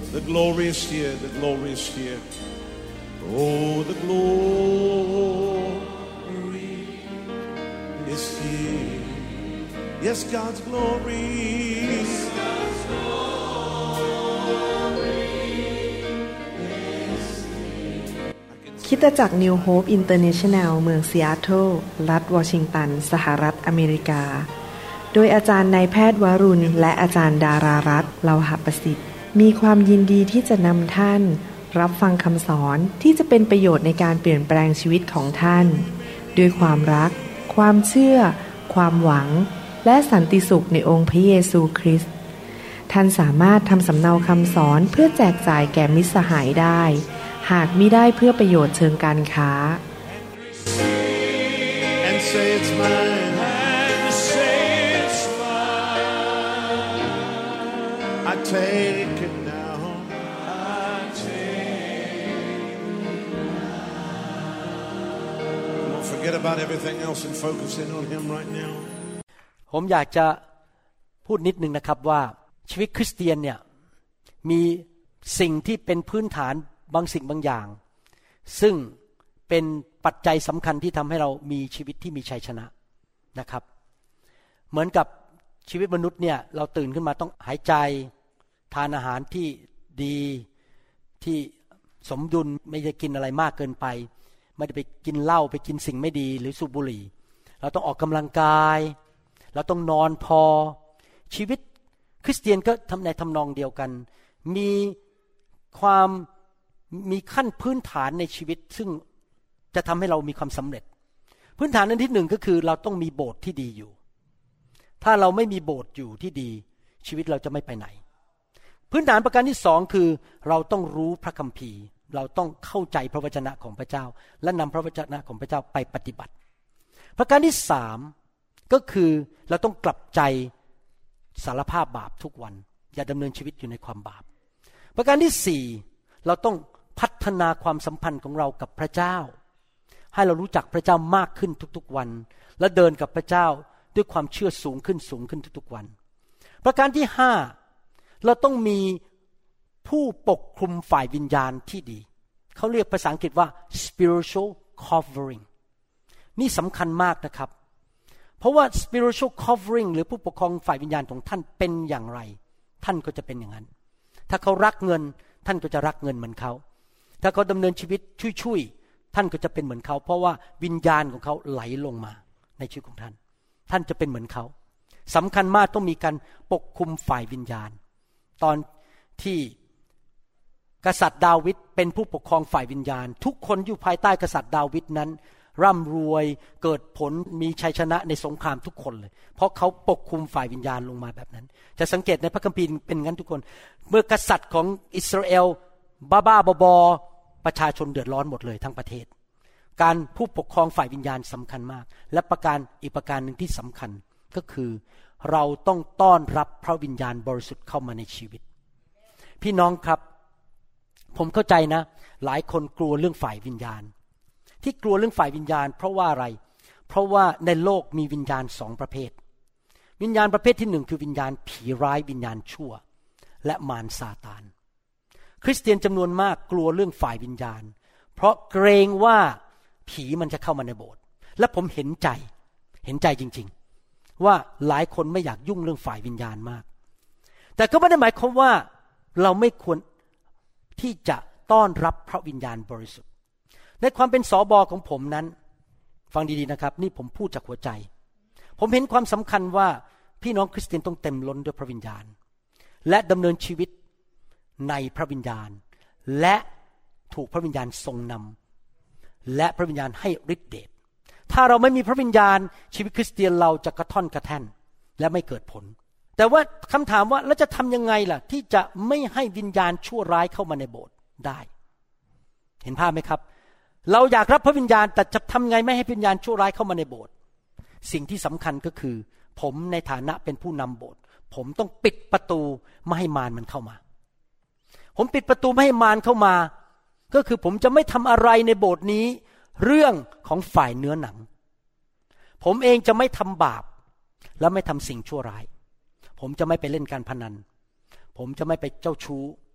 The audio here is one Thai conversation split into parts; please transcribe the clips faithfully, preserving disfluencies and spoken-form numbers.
The glory is here. The glory is here. Oh, the glory is here. Yes, God's glory. Yes, God's glory is here. คริสตจักร New Hope International เมืองซีแอตเทิลรัฐวอชิงตันสหรัฐอเมริกาโดยอาจารย์นายแพทย์วรุณและอาจารย์ดารารัตน์เลาหประสิทธิ์มีความยินดีที่จะนำท่านรับฟังคำสอนที่จะเป็นประโยชน์ในการเปลี่ยนแปลงชีวิตของท่านด้วยความรักความเชื่อความหวังและสันติสุขในองค์พระเยซูคริสต์ท่านสามารถทำสำเนาคำสอนเพื่อแจกจ่ายแก่มิตรสหายได้หากมิได้เพื่อประโยชน์เชิงการค้า And say it's mine. And say it's mine. I take it now. I take it now. Don't forget about everything else and focus in on Him right now. ผมอยากจะพูดนิดนึงนะครับว่าชีวิตคริสเตียนเนี่ยมีสิ่งที่เป็นพื้นฐานบางสิ่งบางอย่างซึ่งเป็นปัจจัยสำคัญที่ทำให้เรามีชีวิตที่มีชัยชนะนะครับเหมือนกับชีวิตมนุษย์เนี่ยเราตื่นขึ้นมาต้องหายใจทานอาหารที่ดีที่สมดุลไม่ได้กินอะไรมากเกินไปไม่ได้ไปกินเหล้าไปกินสิ่งไม่ดีหรือสูบบุหรี่เราต้องออกกำลังกายเราต้องนอนพอชีวิตคริสเตียนก็ทำในทำนองเดียวกันมีความมีขั้นพื้นฐานในชีวิตซึ่งจะทำให้เรามีความสำเร็จพื้นฐานอันที่หนึ่งก็คือเราต้องมีโบสถ์ที่ดีอยู่ถ้าเราไม่มีโบสถ์อยู่ที่ดีชีวิตเราจะไม่ไปไหนพื้นฐานประการที่สองคือเราต้องรู้พระคัมภีร์เราต้องเข้าใจพระวจนะของพระเจ้าและนำพระวจนะของพระเจ้าไปปฏิบัติประการที่สามก็คือเราต้องกลับใจสารภาพบาปทุกวันอย่าดำเนินชีวิตอยู่ในความบาปประการที่สี่เราต้องพัฒนาความสัมพันธ์ของเรากับพระเจ้าให้เรารู้จักพระเจ้ามากขึ้นทุกๆวันและเดินกับพระเจ้าด้วยความเชื่อสูงขึ้นสูงขึ้นทุกๆวันประการที่ห้าเราต้องมีผู้ปกคลุมฝ่ายวิญญาณที่ดีเขาเรียกภาษาอังกฤษว่า spiritual covering นี่สำคัญมากนะครับเพราะว่า spiritual covering หรือผู้ปกครองฝ่ายวิญญาณของท่านเป็นอย่างไรท่านก็จะเป็นอย่างนั้นถ้าเขารักเงินท่านก็จะรักเงินเหมือนเขาถ้าเขาดำเนินชีวิตชุยๆท่านก็จะเป็นเหมือนเขาเพราะว่าวิญญาณของเขาไหลลงมาในชีวิตของท่านท่านจะเป็นเหมือนเขาสำคัญมากต้องมีการปกคุมฝ่ายวิญญาณตอนที่กษัตริย์ดาวิดเป็นผู้ปกครองฝ่ายวิญญาณทุกคนอยู่ภายใต้กษัตริย์ดาวิดนั้นร่ำรวยเกิดผลมีชัยชนะในสงครามทุกคนเลยเพราะเขาปกคุมฝ่ายวิญญาณลงมาแบบนั้นจะสังเกตในพระคัมภีร์เป็นงั้นทุกคนเมื่อกษัตริย์ของอิสราเอลบ้าๆบอๆประชาชนเดือดร้อนหมดเลยทั้งประเทศการผู้ปกครองฝ่ายวิญญาณสำคัญมากและประการอีกประการหนึ่งที่สำคัญก็คือเราต้องต้อนรับพระวิญญาณบริสุทธิ์เข้ามาในชีวิตพี่น้องครับผมเข้าใจนะหลายคนกลัวเรื่องฝ่ายวิญญาณที่กลัวเรื่องฝ่ายวิญญาณเพราะว่าอะไรเพราะว่าในโลกมีวิญญาณสองประเภทวิญญาณประเภทที่หนึ่งคือวิญญาณผีร้ายวิญญาณชั่วและมารซาตานคริสเตียนจำนวนมากกลัวเรื่องฝ่ายวิญญาณเพราะเกรงว่าผีมันจะเข้ามาในโบสถ์และผมเห็นใจเห็นใจจริงๆว่าหลายคนไม่อยากยุ่งเรื่องฝ่ายวิญญาณมากแต่ก็ไม่ได้หมายความว่าเราไม่ควรที่จะต้อนรับพระวิญญาณบริสุทธิ์ในความเป็นสบของผมนั้นฟังดีๆนะครับนี่ผมพูดจากหัวใจผมเห็นความสำคัญว่าพี่น้องคริสเตียนต้องเต็มล้นด้วยพระวิญญาณและดำเนินชีวิตในพระวิญญาณและถูกพระวิญญาณทรงนำและพระวิญญาณให้ฤทธิ์เดชถ้าเราไม่มีพระวิญญาณชีวิตคริสเตียนเราจะกระท่อนกระแท่นและไม่เกิดผลแต่ว่าคำถามว่าแล้วจะทำยังไงล่ะที่จะไม่ให้วิญญาณชั่วร้ายเข้ามาในโบสถ์ได้เห็นภาพไหมครับเราอยากรับพระวิญญาณแต่จะทำไงไม่ให้วิญญาณชั่วร้ายเข้ามาในโบสถ์สิ่งที่สำคัญก็คือผมในฐานะเป็นผู้นำโบสถ์ผมต้องปิดประตูไม่ให้มารมันเข้ามาผมปิดประตูไม่ให้มารเข้ามาก็คือผมจะไม่ทำอะไรในโบสถ์นี้เรื่องของฝ่ายเนื้อหนังผมเองจะไม่ทำบาปและไม่ทำสิ่งชั่วร้ายผมจะไม่ไปเล่นการพนันผมจะไม่ไปเจ้าชู้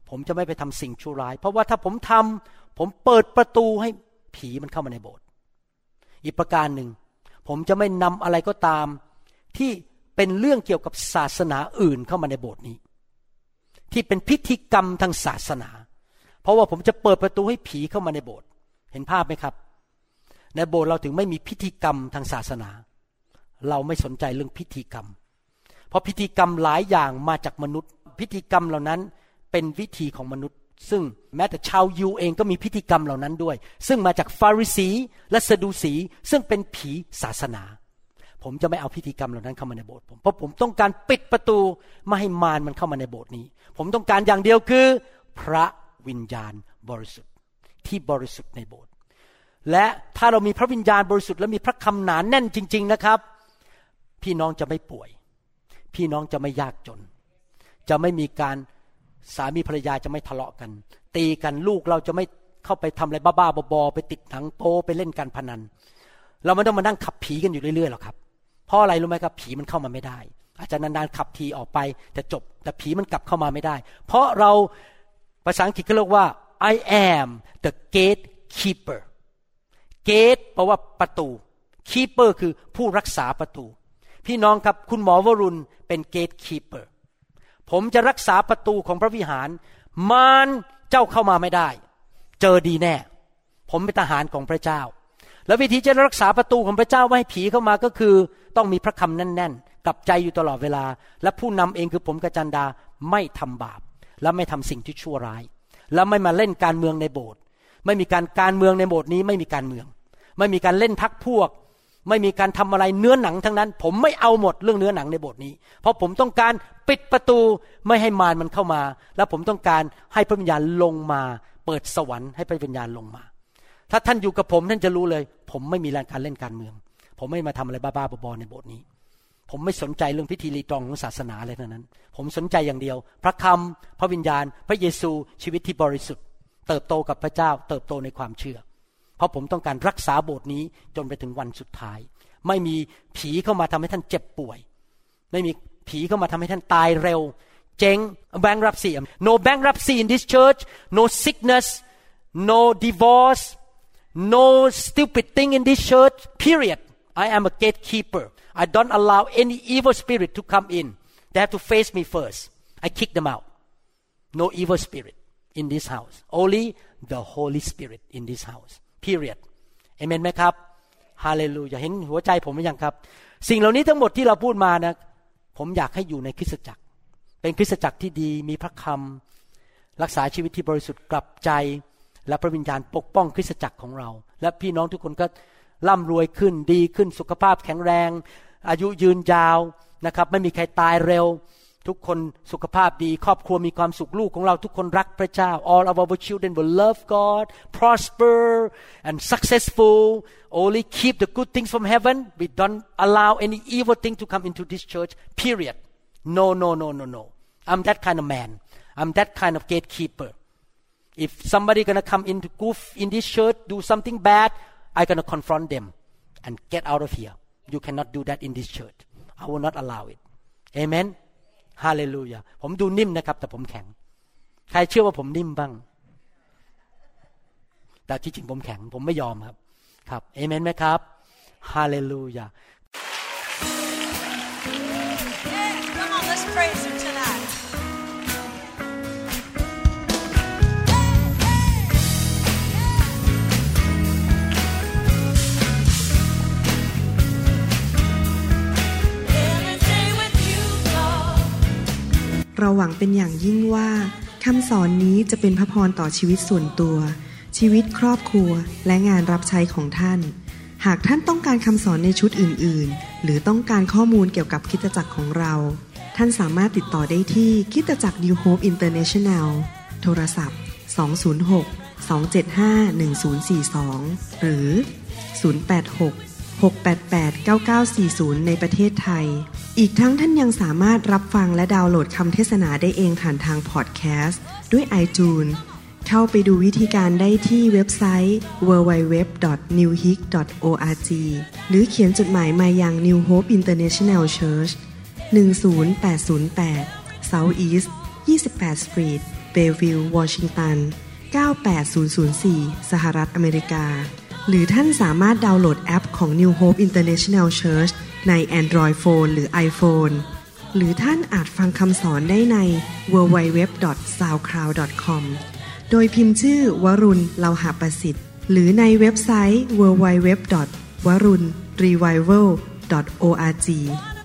ผมจะไม่ไปทำสิ่งชั่วร้ายเพราะว่าถ้าผมทำผมเปิดประตูให้ผีมันเข้ามาในโบสถ์อีกประการหนึ่งผมจะไม่นำอะไรก็ตามที่เป็นเรื่องเกี่ยวกับศาสนาอื่นเข้ามาในโบสถ์นี้ที่เป็นพิธีกรรมทางศาสนาเพราะว่าผมจะเปิดประตูให้ผีเข้ามาในโบสถ์เห็นภาพไหมครับในโบสถ์เราถึงไม่มีพิธีกรรมทางศาสนาเราไม่สนใจเรื่องพิธีกรรมเพราะพิธีกรรมหลายอย่างมาจากมนุษย์พิธีกรรมเหล่านั้นเป็นวิธีของมนุษย์ซึ่งแม้แต่ชาวยิวเองก็มีพิธีกรรมเหล่านั้นด้วยซึ่งมาจากฟาริสีและซาดูสีซึ่งเป็นผีศาสนาผมจะไม่เอาพิธีกรรมเหล่านั้นเข้ามาในโบสถ์ผมเพราะผมต้องการปิดประตูไม่ให้มารมันเข้ามาในโบสถ์นี้ผมต้องการอย่างเดียวคือพระวิญญาณบริสุทธิ์ที่บริสุทธิ์ในโบสถ์และถ้าเรามีพระวิญญาณบริสุทธิ์และมีพระคำหนาแน่นจริงๆนะครับพี่น้องจะไม่ป่วยพี่น้องจะไม่ยากจนจะไม่มีการสามีภรรยาจะไม่ทะเลาะกันตีกันลูกเราจะไม่เข้าไปทำอะไรบ้าๆบอๆไปติดหนังโป๊ไปเล่นการพนันเราไม่ต้องมานั่งขับผีกันอยู่เรื่อยๆหรอกครับเพราะอะไรรู้ไหมครับผีมันเข้ามาไม่ได้อาจจะนานๆขับทีออกไปจะจบแต่ผีมันกลับเข้ามาไม่ได้เพราะเราภาษาอังกฤษเขาเรียกว่า I am the gatekeeper gate แปลว่าประตู keeper คือผู้รักษาประตูพี่น้องครับคุณหมอวรุณเป็น gatekeeper ผมจะรักษาประตูของพระวิหารมารเจ้าเข้ามาไม่ได้เจอดีแน่ผมเป็นทหารของพระเจ้าแล้ววิธีจะรักษาประตูของพระเจ้าไม่ให้ผีเข้ามาก็คือต้องมีพระคำแน่นๆกลับใจอยู่ตลอดเวลาและผู้นำเองคือผมกับจันดาไม่ทำบาปและไม่ทำสิ่งที่ชั่วร้ายและไม่มาเล่นการเมืองในโบสถ์ไม่มีการการเมืองในโบสถ์นี้ไม่มีการเมืองไม่มีการเล่นพรรคพวกไม่มีการทำอะไรเนื้อหนังทั้งนั้นผมไม่เอาหมดเรื่องเนื้อหนังในโบสถ์นี้เพราะผมต้องการปิดประตูไม่ให้มารมันเข้ามาและผมต้องการให้พระวิญญาณลงมาเปิดสวรรค์ให้พระวิญญาณลงมาถ้าท่านอยู่กับผมท่านจะรู้เลยผมไม่มีการเล่นการเมืองผมไม่มาทำอะไรบ้าๆบอๆในโบสถ์นี้ผมไม่สนใจเรื่องพิธีรีตองของศาสนาอะไรทั้งนั้นผมสนใจอย่างเดียวพระคำพระวิญญาณพระเยซูชีวิตที่บริสุทธิ์เติบโตกับพระเจ้าเติบโตในความเชื่อเพราะผมต้องการรักษาโบสถ์นี้จนไปถึงวันสุดท้ายไม่มีผีเข้ามาทำให้ท่านเจ็บป่วยไม่มีผีเข้ามาทำให้ท่านตายเร็วเจ๊ง bankruptcy no bankruptcy in this church no sickness no divorce no stupid thing in this church period I am a gatekeeper I don't allow any evil spirit to come in they have to face me first I kick them out no evil spirit in this house only the Holy Spirit in this house period amen ไหมครับฮาเลลูยาเห็นหัวใจผมหรือยังครับสิ่งเหล่านี้ทั้งหมดที่เราพูดมานะผมอยากให้อยู่ในคริสตจักรเป็นคริสตจักรที่ดีมีพระคำรักษาชีวิตที่บริสุทธิ์กลับใจและพระวิญญาณปกป้องคริสตจักรของเราและพี่น้องทุกคนก็ร่ำรวยขึ้นดีขึ้นสุขภาพแข็งแรงอายุยืนยาวนะครับไม่มีใครตายเร็วทุกคนสุขภาพดีครอบครัวมีความสุขลูกของเราทุกคนรักพระเจ้า all of our children will love God prosper and successful only keep the good things from heaven we don't allow any evil thing to come into this church period no no no no no I'm that kind of man I'm that kind of gatekeeper if somebody gonna come in to goof in this church do something bad I'm gonna confront them and get out of here you cannot do that in this church I will not allow it amenฮาเลลูยาผมดูนิ่มนะครับแต่ผมแข็งใครเชื่อว่าผมนิ่มบ้างแต่ที่จริงผมแข็งผมไม่ยอมครับครับเอเมนไหมครับฮาเลลูยา Come on, let's praise him tonight. เราหวังเป็นอย่างยิ่งว่าคำสอนนี้จะเป็นพระพรต่อชีวิตส่วนตัวชีวิตครอบครัวและงานรับใช้ของท่านหากท่านต้องการคำสอนในชุดอื่นๆหรือต้องการข้อมูลเกี่ยวกับคริสตจักรของเราท่านสามารถติดต่อได้ที่คริสตจักร New Hope International โทรศัพท์สอง ศูนย์ หก สอง เจ็ด ห้า หนึ่ง ศูนย์ สี่ สองหรือศูนย์ แปด หก หก แปด แปด เก้า เก้า สี่ศูนย์ในประเทศไทยอีกทั้งท่านยังสามารถรับฟังและดาวน์โหลดคำเทศนาได้เองผ่านทางพอดแคสต์ด้วย iTunes เข้าไปดูวิธีการได้ที่เว็บไซต์ ดับเบิลยู ดับเบิลยู ดับเบิลยู ดอท นิว โฮป ดอท ออร์ก หรือเขียนจดหมายมายัง New Hope International Church หนึ่ง ศูนย์ แปด ศูนย์ แปด South East ยี่สิบแปด Street เบลวิลล์วอชิงตันเก้าแปดศูนย์ศูนย์สี่ สหรัฐอเมริกาหรือท่านสามารถดาวน์โหลดแอปของ New Hope International Church ใน Android Phone หรือ iPhone หรือท่านอาจฟังคำสอนได้ใน ดับเบิลยู ดับเบิลยู ดับเบิลยู ดอท ซาวด์คลาวด์ ดอท คอม โดยพิมพ์ชื่อวรุณ เลาหะประสิทธิ์หรือในเว็บไซต์ ดับเบิลยู ดับเบิลยู ดับเบิลยู ดอท วรุณ รีไววัล ดอท โอ อาร์ จี